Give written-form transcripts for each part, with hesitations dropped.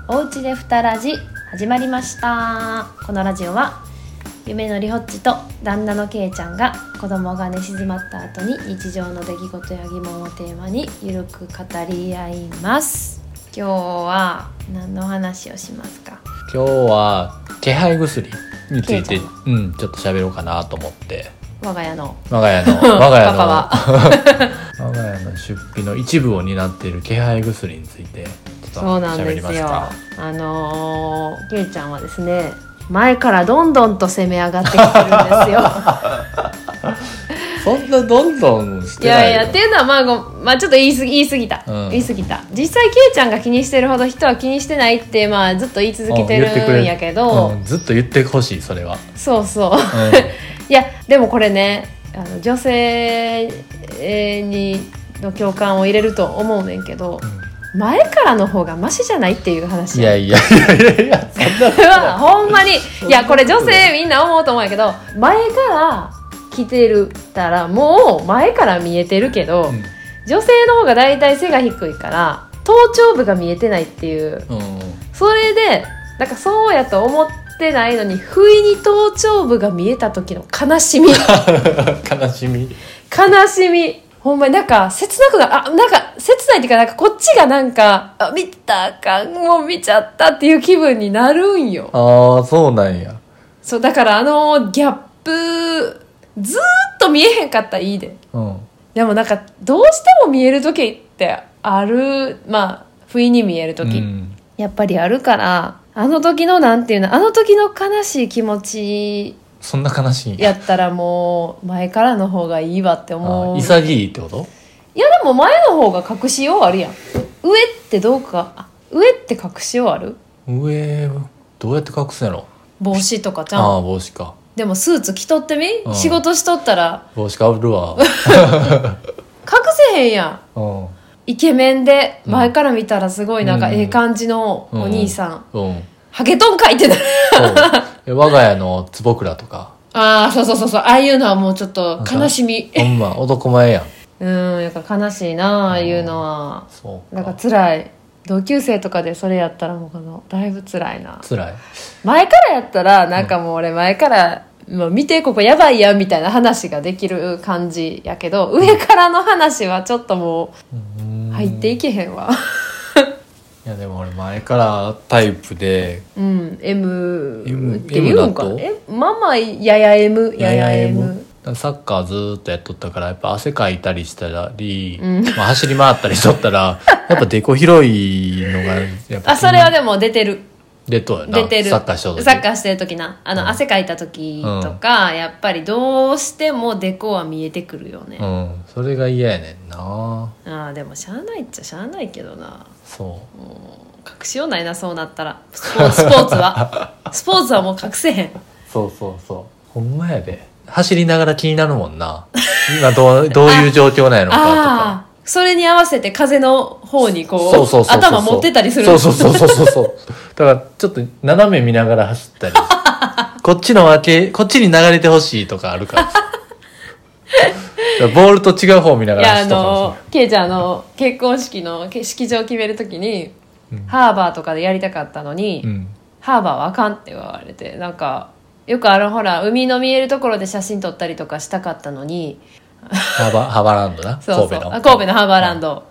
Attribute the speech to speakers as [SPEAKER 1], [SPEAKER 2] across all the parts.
[SPEAKER 1] おうちでふたラジ始まりました。このラジオは夢のりほっちと旦那のけいちゃんが子供が寝静まった後に日常の出来事や疑問をテーマにゆるく語り合います。今日は何の話をしますか？
[SPEAKER 2] 今日は気配薬についてちょっと喋ろうかなと思って、我が家の
[SPEAKER 1] パパは
[SPEAKER 2] 我が家の出費の一部を担っている気配薬についてちょっと喋りますか。
[SPEAKER 1] けいちゃんはですね、前からどんどんと攻め上がってきてるんですよ
[SPEAKER 2] そんなどんどんしてないよ。
[SPEAKER 1] いやっていうのはまあちょっと言い過ぎた、言い過ぎた。実際けいちゃんが気にしてるほど人は気にしてないってずっと言い続けてるんやけど、
[SPEAKER 2] ずっと言ってほしいそれは。
[SPEAKER 1] そうそう、いやでもこれね、女性の共感を入れると思うねんけど、前からの方がマシじゃないっていう話。
[SPEAKER 2] いやそ
[SPEAKER 1] んなほんまに、いやこれ女性みんな思うと思うんやけど、前から来てるたらもう前から見えてるけど、女性の方がだいたい背が低いから頭頂部が見えてないっていう、それでなんかそうやと思ってないのに不意に頭頂部が見えた時の悲しみ悲しみ、ほんまになんか切なくなんか切ないっていうか、なんかこっちがなんか見たかもう見ちゃったっていう気分になるんよ。
[SPEAKER 2] ああそうなんや。
[SPEAKER 1] そうだからギャップずーっと見えへんかったらいいで、でもなんかどうしても見える時ってある、不意に見える時、やっぱりあるから、あの時のなんていうの、あの時の悲しい気持ち、
[SPEAKER 2] そんな悲しい
[SPEAKER 1] やったらもう前からの方がいいわって思う。
[SPEAKER 2] 潔いってこと？
[SPEAKER 1] いやでも前の方が隠しようあるやん。上ってどうか、上って隠しようある？
[SPEAKER 2] 上どうやって隠すんやろ？
[SPEAKER 1] 帽子とかちゃん。
[SPEAKER 2] 帽子か。
[SPEAKER 1] でもスーツ着とってみ、仕事しとったら
[SPEAKER 2] 帽子かぶるわ
[SPEAKER 1] 隠せへんやん。イケメンで前から見たらすごいなんかええ感じのお兄さん、ハゲとんかいってなる
[SPEAKER 2] 我が家の坪倉とか。
[SPEAKER 1] そうああいうのはもうちょっと悲しみ。
[SPEAKER 2] ほんま男前やん。
[SPEAKER 1] やっぱ悲しいなああいうのは。なんか辛い。同級生とかでそれやったらもうだいぶ辛いな。
[SPEAKER 2] 辛い。
[SPEAKER 1] 前からやったらなんかもう俺前からもう見てここやばいやみたいな話ができる感じやけど、上からの話はちょっともう入っていけへんわ
[SPEAKER 2] いやでも俺前からタイプで、
[SPEAKER 1] M って言うんか。やや M
[SPEAKER 2] サッカーずーっとやっとったから、やっぱ汗かいたりしたり、走り回ったりしとったらやっぱデコ広いのがやっぱ
[SPEAKER 1] それはでも出てる。
[SPEAKER 2] 出とるな。
[SPEAKER 1] 出てる。
[SPEAKER 2] サッカー
[SPEAKER 1] してる時な、汗かいた時とか、やっぱりどうしてもデコは見えてくるよね。
[SPEAKER 2] それが嫌やねんな。
[SPEAKER 1] でもしゃあないっちゃしゃあないけどな。
[SPEAKER 2] そう
[SPEAKER 1] 隠しようないな、そうなったら。スポーツはもう隠せへん。
[SPEAKER 2] そうほんまやで。走りながら気になるもんな今どういう状況なんやろかとか。
[SPEAKER 1] それに合わせて風の方に頭持ってたりする。
[SPEAKER 2] そうだからちょっと斜め見ながら走ったりこっちに流れてほしいとかあるからボールと違う方見ながら走ったかもしれない。
[SPEAKER 1] ケイちゃん結婚式の式場を決めるときに、ハーバーとかでやりたかったのに、ハーバーはあかんって言われて、なんかよくほら海の見えるところで写真撮ったりとかしたかったのに、
[SPEAKER 2] ハーバーランドな。神戸の
[SPEAKER 1] ハーバーランド、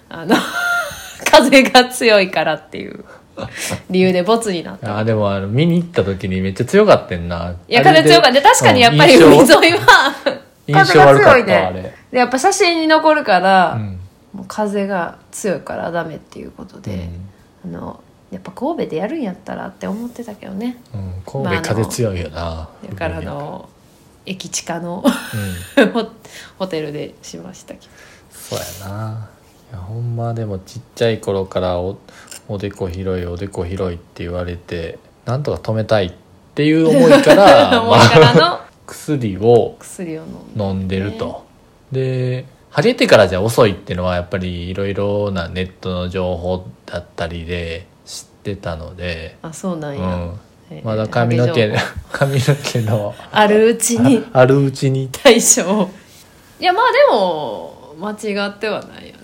[SPEAKER 1] 風が強いからっていう理由でボツになった。
[SPEAKER 2] でも見に行った時にめっちゃ強かったんな。
[SPEAKER 1] いや風強かった。確かにやっぱり海沿いは
[SPEAKER 2] 印象悪かったあれ
[SPEAKER 1] で、やっぱ写真に残るから、もう風が強いからダメっていうことで、やっぱ神戸でやるんやったらって思ってたけどね。
[SPEAKER 2] 神戸風強いよな。
[SPEAKER 1] だから駅地下の、ホテルでしましたけど。
[SPEAKER 2] そうやな。いやほんまでもちっちゃい頃からおでこ広いって言われて、なんとか止めたいっていう思いから薬を飲んでると。でハゲてからじゃ遅いっていうのはやっぱりいろいろなネットの情報だったりで知ってたので。
[SPEAKER 1] そうなんや。
[SPEAKER 2] まだ髪の毛の
[SPEAKER 1] あるうちに
[SPEAKER 2] 対処。
[SPEAKER 1] いやでも間違ってはないよな。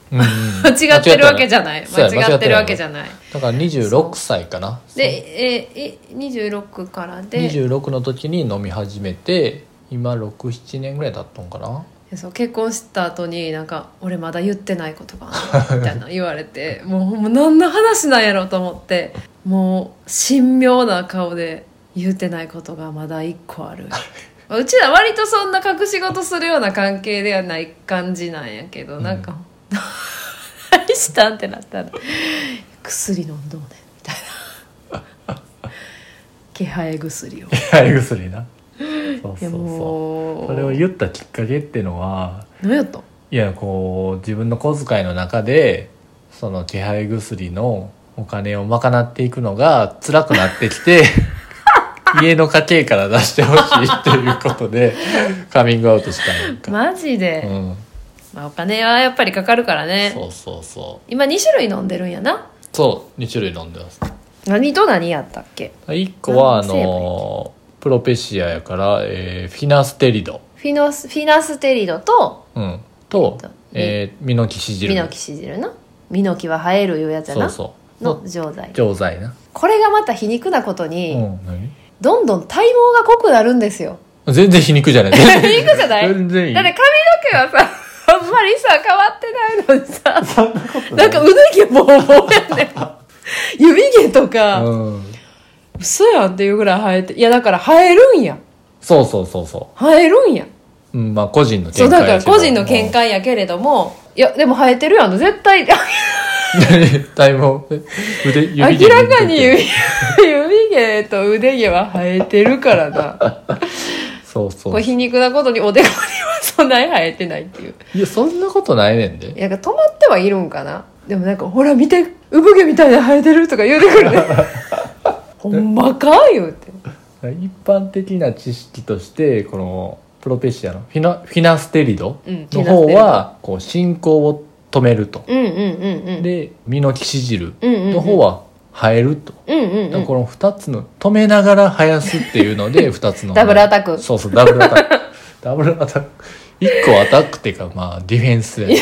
[SPEAKER 1] 間違ってるわけじゃない。間違ってるわけじゃない。
[SPEAKER 2] だから26歳かな。
[SPEAKER 1] で26からで
[SPEAKER 2] 26の時に飲み始めて今67年ぐらい経ったのかな。
[SPEAKER 1] そう結婚した後になんか俺まだ言ってないことがあるみたいな言われてもう何の話なんやろうと思ってもう神妙な顔で言ってないことがまだ1個あるうちら割とそんな隠し事するような関係ではない感じなんやけど、なんか何したんってなったら薬飲んどうねみたいな気配薬を
[SPEAKER 2] 気配薬な。そうそれを言ったきっかけっていうのは
[SPEAKER 1] 何やった？
[SPEAKER 2] いやこう自分の小遣いの中でその気配薬のお金を賄っていくのが辛くなってきて家の家計から出してほしいっていうことでカミングアウトしたんか。
[SPEAKER 1] マジで、まあ、お金はやっぱりかかるからね。
[SPEAKER 2] そう
[SPEAKER 1] 今2種類飲んでるんやな。
[SPEAKER 2] そう2種類飲んでます。
[SPEAKER 1] 何と何やったっけ
[SPEAKER 2] ？1個はプロペシアやから、フィナステリド
[SPEAKER 1] フィナステリドと、
[SPEAKER 2] ミノキシジル。
[SPEAKER 1] ミノキシジルな。ミノキは生えるいうやつやな。
[SPEAKER 2] そう
[SPEAKER 1] の錠剤
[SPEAKER 2] な。
[SPEAKER 1] これがまた皮肉なことに、
[SPEAKER 2] 何？
[SPEAKER 1] どんどん体毛が濃くなるんですよ。
[SPEAKER 2] 全然皮肉じゃない。
[SPEAKER 1] 皮肉じゃない？
[SPEAKER 2] 全然いい。
[SPEAKER 1] だって髪の毛はさあんまりさ変わってないのにさなんか腕毛ボーボーやねん指毛とか、嘘やんっていうぐらい生えて、いやだから生えるんや。そう生えるんや。
[SPEAKER 2] まあ個人の見解
[SPEAKER 1] そうだから個人の見解やけれども、いやでも生えてるやん絶対
[SPEAKER 2] 体毛指毛
[SPEAKER 1] 明らかに指毛と腕毛は生えてるからなこれ皮肉なことにおでこにはそんなに生えてないっていう。
[SPEAKER 2] いやそんなことないねんで。
[SPEAKER 1] いや止まってはいるんかな。でもなんかほら見て産毛みたいな生えてるとか言うてくるねほんまか言うて。
[SPEAKER 2] 一般的な知識としてこのプロペシアのフィナステリドの方はこう進行を止めると、でミノキシジルの方は生えると、だからこの2つの止めながら生やすっていうので2つの
[SPEAKER 1] ダブルアタック。
[SPEAKER 2] そうダブルアタックダブルアタック1個アタックっていうかまあディフェンスや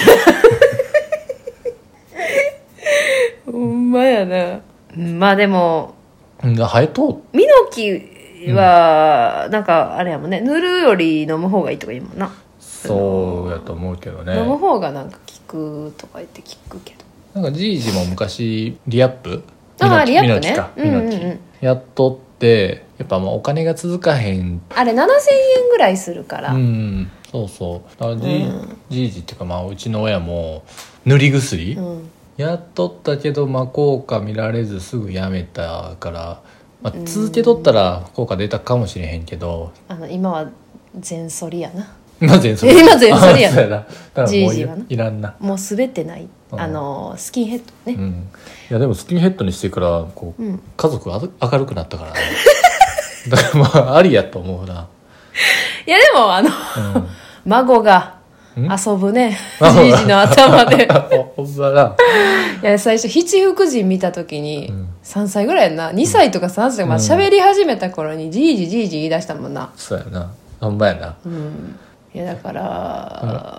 [SPEAKER 1] ほんまやな。まあでも
[SPEAKER 2] 生えと
[SPEAKER 1] ミノキはなんかあれやもんね、塗るより飲む方がいいとか言うもんな。
[SPEAKER 2] そうやと思うけどね。
[SPEAKER 1] 飲む方がなんか効くとか言って聞くけど、
[SPEAKER 2] なんかじいじも昔リアップ
[SPEAKER 1] リアップね
[SPEAKER 2] ミノキやっとってやっぱまあお金が続かへん。
[SPEAKER 1] あれ7000円ぐらいするから。
[SPEAKER 2] そうだからじいじっていうかまあうちの親も塗り薬、やっとったけど、まあ、効果見られずすぐやめたから、まあ、続けとったら効果出たかもしれへんけど、
[SPEAKER 1] 今は全剃りやな。
[SPEAKER 2] 今全剃
[SPEAKER 1] りやな。
[SPEAKER 2] だからもういらんな。
[SPEAKER 1] もう滑ってない、スキンヘッドね、
[SPEAKER 2] いやでもスキンヘッドにしてからこう、家族が明るくなったからねだからまあありやと思うな。
[SPEAKER 1] いやでも孫が遊ぶねじいじの頭で
[SPEAKER 2] ほんまだ。
[SPEAKER 1] いや最初七福神見た時に、3歳ぐらいやんな、2歳とか3歳とか、まあ喋り始めた頃にじいじ言い出したもんな。
[SPEAKER 2] そうやな、ほんまやな。
[SPEAKER 1] いやだから、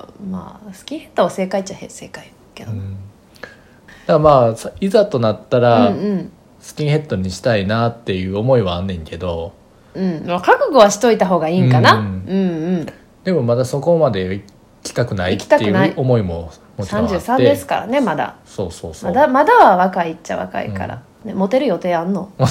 [SPEAKER 1] まあスキンヘッドは正解っちゃ正解けど、だ
[SPEAKER 2] からまあいざとなったら、スキンヘッドにしたいなっていう思いはあんねんけど、
[SPEAKER 1] 覚悟はしといた方がいいんかな。
[SPEAKER 2] でもまだそこまで行きたくないっていう思いももちろんあって。
[SPEAKER 1] 33ですからねまだ。
[SPEAKER 2] そう
[SPEAKER 1] まだは若いっちゃ若いから、モテる予定あんの？
[SPEAKER 2] モ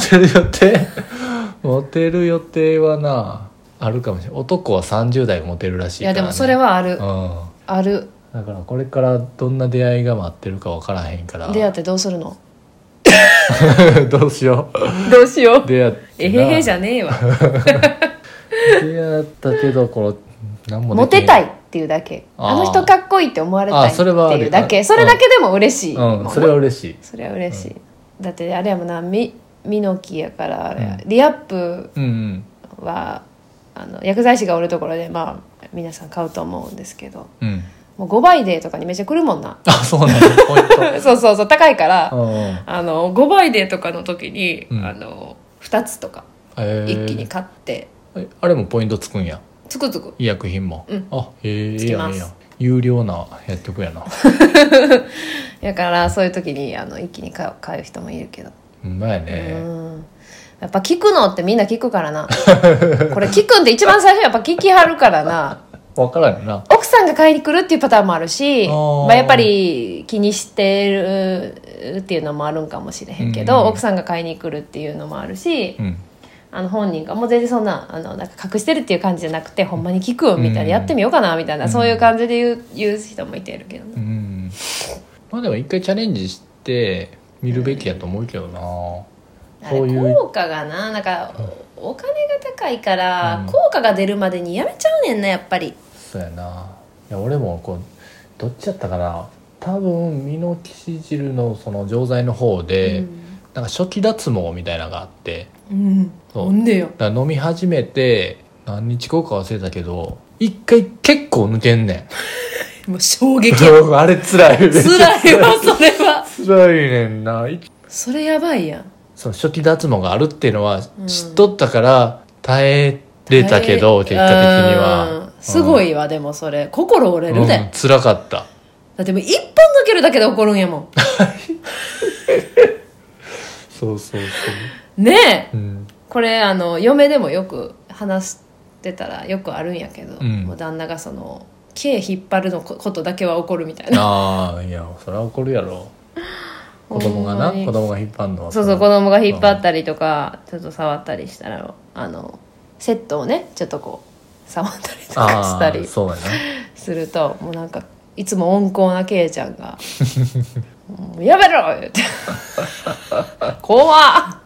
[SPEAKER 2] テる予定はなあるかもしれない。男は30代モテるらしいから、ね、
[SPEAKER 1] いやでもそれはある、ある。
[SPEAKER 2] だからこれからどんな出会いが待ってるか分からへんから。
[SPEAKER 1] 出会ってどうするの
[SPEAKER 2] どうしよう出会って
[SPEAKER 1] へへじゃねえわ
[SPEAKER 2] 出会ったけどこの何も
[SPEAKER 1] モテたいっていうだけ、あの人かっこいいって思われたいっていうだけ、それだけでも嬉しい、
[SPEAKER 2] それは嬉しい。
[SPEAKER 1] それは嬉しい、だってあれやもんな、ミノキやからあれ、リアップは、薬剤師がおるところでまあ皆さん買うと思うんですけど、もう5倍デーとかにめっちゃ来るもんな。
[SPEAKER 2] そうなんだ、ポイント
[SPEAKER 1] そう高いから、5倍デーとかの時に、2つとか一気に買って、
[SPEAKER 2] あれもポイントつくんや。
[SPEAKER 1] つく
[SPEAKER 2] 医薬品も、あへえ、いいやんいいやん。 有料な薬局やな。
[SPEAKER 1] だからそういう時に一気に買う人もいるけど、
[SPEAKER 2] うまいね。
[SPEAKER 1] やっぱ聞くのってみんな聞くからな。これ聞くんって一番最初やっぱ聞きはるからな。
[SPEAKER 2] 分からんよな。
[SPEAKER 1] 奥さんが買いに来るっていうパターンもあるし、まあ、やっぱり気にしてるっていうのもあるんかもしれへんけど、奥さんが買いに来るっていうのもあるし、本人がもう全然そんななんか隠してるっていう感じじゃなくて、ほんまに聞くみたいな、やってみようかなみたいな、そういう感じで言う人もいてるけどね。
[SPEAKER 2] まあでも一回チャレンジして見るべきやと思うけどな。
[SPEAKER 1] そういう効果がなんかお金が高いから、効果が出るまでにやめちゃうねんな、やっぱり。
[SPEAKER 2] そうやな。いや俺もこうどっちやったかな、多分ミノキシジルのその錠剤の方で、なんか初期脱毛みたいなのがあって、
[SPEAKER 1] なんでよ。
[SPEAKER 2] だから飲み始めて何日後か忘れたけど一回結構抜けんね
[SPEAKER 1] ん。もう衝撃
[SPEAKER 2] や。あれ辛い。
[SPEAKER 1] 辛いわ、それは。
[SPEAKER 2] 辛いねんな。
[SPEAKER 1] それやばいやん。
[SPEAKER 2] その初期脱毛があるっていうのは知っとったから耐えれたけど、結果的には、
[SPEAKER 1] すごいわ。でもそれ心折れるで、
[SPEAKER 2] 辛かった。
[SPEAKER 1] だってもう一本抜けるだけで怒るんやもん。
[SPEAKER 2] そう
[SPEAKER 1] ねえ、これ嫁でもよく話してたらよくあるんやけど、もう旦那がその毛引っ張るのことだけは怒るみたいな。
[SPEAKER 2] ああ、いやそれは怒るやろ。子供が引っ張るのは。
[SPEAKER 1] そう子供が引っ張ったりとか、ちょっと触ったりしたらセットをねちょっとこう触ったりとかしたりすると、もうなんかいつも温厚なケイちゃんが「やめろ!」言って怖っ。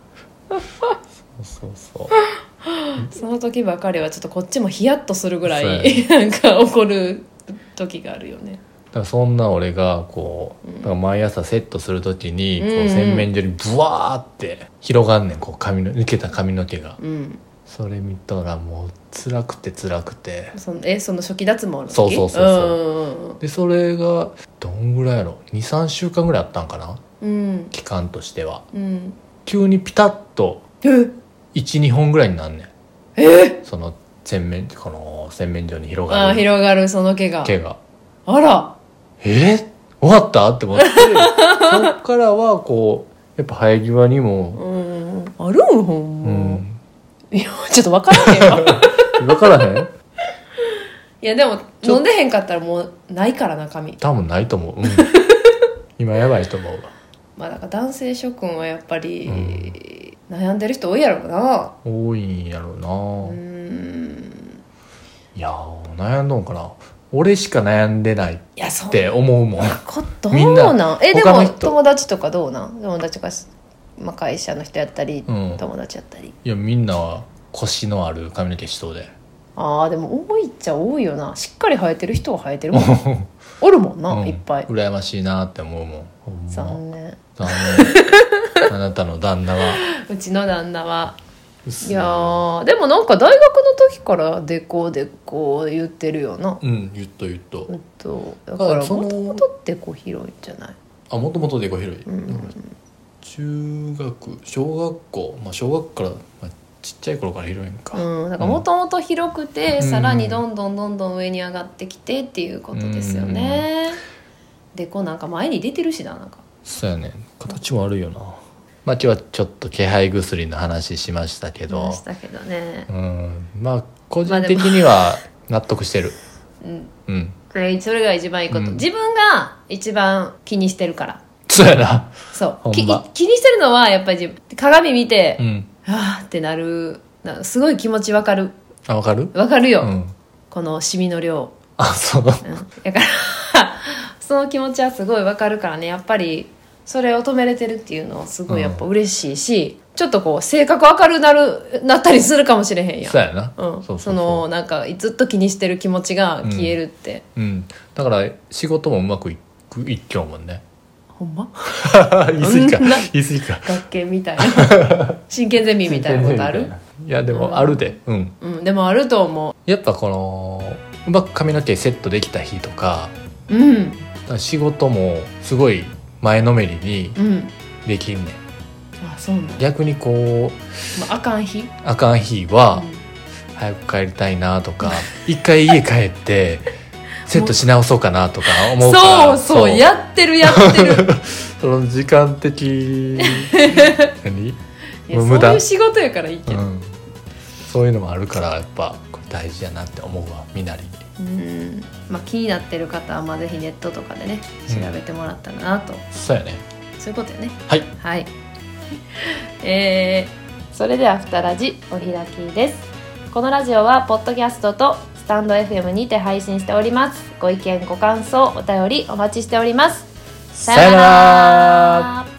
[SPEAKER 1] その時ばかりはちょっとこっちもヒヤッとするぐらいなんか怒る時があるよね。
[SPEAKER 2] だからそんな俺がこう、だから毎朝セットする時にこう洗面所にブワーって広がんねん、こう抜けた髪の毛が、それ見たらもう辛くてそ
[SPEAKER 1] の初期脱毛の時。
[SPEAKER 2] でそれがどんぐらいやろ、 2,3 週間ぐらいあったんかな、期間としては、急にピタッと 1,2 本ぐらいになんねん。その洗面所に広がる
[SPEAKER 1] その毛が。あら、
[SPEAKER 2] 終わったって思ってそっからはこうやっぱ生え際にも
[SPEAKER 1] あるん、ほんま、いやちょっと分からへんわ。
[SPEAKER 2] 分からへん。
[SPEAKER 1] いやでも飲んでへんかったらもうないからな、髪。
[SPEAKER 2] 多分ないと思う、今やばいと思うわ。
[SPEAKER 1] まあだから男性諸君はやっぱり、悩んでる人多いやろうな。
[SPEAKER 2] 多いんやろうな。いや悩んどんかな。俺しか悩んでないって思うもん。
[SPEAKER 1] どうなんでも友達とかどうなん？友達とか、まあ、会社の人やったり、友達やったり。
[SPEAKER 2] いやみんなは腰のある髪の毛しそうで。
[SPEAKER 1] でも多いっちゃ多いよな。しっかり生えてる人は生えてるもん。おるもんな、いっぱい。
[SPEAKER 2] 羨ましいなって思うもん。
[SPEAKER 1] 残念
[SPEAKER 2] あなたの旦那は。
[SPEAKER 1] うちの旦那は。いやでもなんか大学の時からデコ言ってるよな。
[SPEAKER 2] 言った。
[SPEAKER 1] だからもともとデコ広いんじゃない？
[SPEAKER 2] もともとデコ広い、中学小学校、小学から、ちっちゃい頃から広いんか。
[SPEAKER 1] だからもともと広くて、さらにどんどん上に上がってきてっていうことですよね。デコなんか前に出てるしな、なんか。
[SPEAKER 2] そうやね、形も悪いよな。今日はちょっと気配薬の話しましたけど
[SPEAKER 1] ね。
[SPEAKER 2] 個人的には納得してる。
[SPEAKER 1] それが一番いいこと、自分が一番気にしてるから。
[SPEAKER 2] そうやな。
[SPEAKER 1] そう気にしてるのはやっぱり鏡見て、あーってなる。すごい気持ちわかる。
[SPEAKER 2] わかる
[SPEAKER 1] よ、このシミの量。
[SPEAKER 2] そう、
[SPEAKER 1] だからその気持ちはすごいわかるからね。やっぱりそれを止めれてるっていうのはすごいやっぱ嬉しいし、ちょっとこう性格明るくなったりするかもしれへんやん。
[SPEAKER 2] そうやな。
[SPEAKER 1] そのなんかずっと気にしてる気持ちが消えるって、
[SPEAKER 2] だから仕事もうまくいく一挙もんね。
[SPEAKER 1] ほんま
[SPEAKER 2] 言い過ぎか
[SPEAKER 1] 学研みたいな真剣ゼミみたいなことある？
[SPEAKER 2] いやでもあるで。
[SPEAKER 1] でもあると思う。
[SPEAKER 2] やっぱこのうまく髪の毛セットできた日とか、仕事もすごい前のめりにできんねん。
[SPEAKER 1] そうなん。
[SPEAKER 2] 逆にこう、
[SPEAKER 1] あかん日
[SPEAKER 2] は、早く帰りたいなとか、一回家帰ってセットし直そうかなとか思うから
[SPEAKER 1] そうやってる
[SPEAKER 2] その時間的何
[SPEAKER 1] そういう仕事やからいいけど、
[SPEAKER 2] そういうのもあるからやっぱこれ大事やなって思うわみなり
[SPEAKER 1] に。気になってる方はぜひネットとかでね調べてもらったらなと、
[SPEAKER 2] そうやね、
[SPEAKER 1] そういうことやね。
[SPEAKER 2] はい、
[SPEAKER 1] それではふたラジお開きです。このラジオはポッドキャストとスタンド FM にて配信しております。ご意見ご感想お便りお待ちしております。
[SPEAKER 2] さよなら。